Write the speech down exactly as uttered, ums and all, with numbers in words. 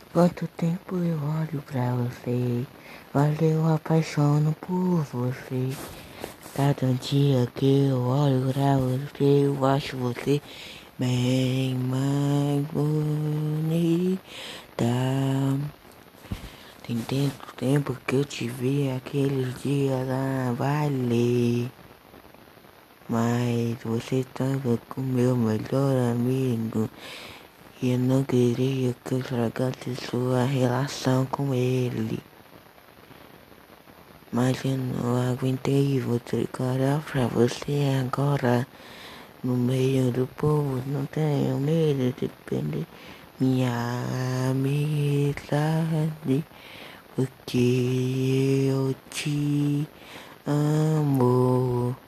Quanto tempo eu olho pra você, olha eu apaixono por você. Cada dia que eu olho pra você, eu acho você bem mais bonita. Tem tanto tempo que eu te vi, aquele dia lá valer. Mas você estava com meu melhor amigo. E eu não queria que eu estragasse sua relação com ele. Mas eu não aguentei, vou tricotar pra você agora. No meio do povo, não tenho medo de perder minha amizade. Porque eu te amo.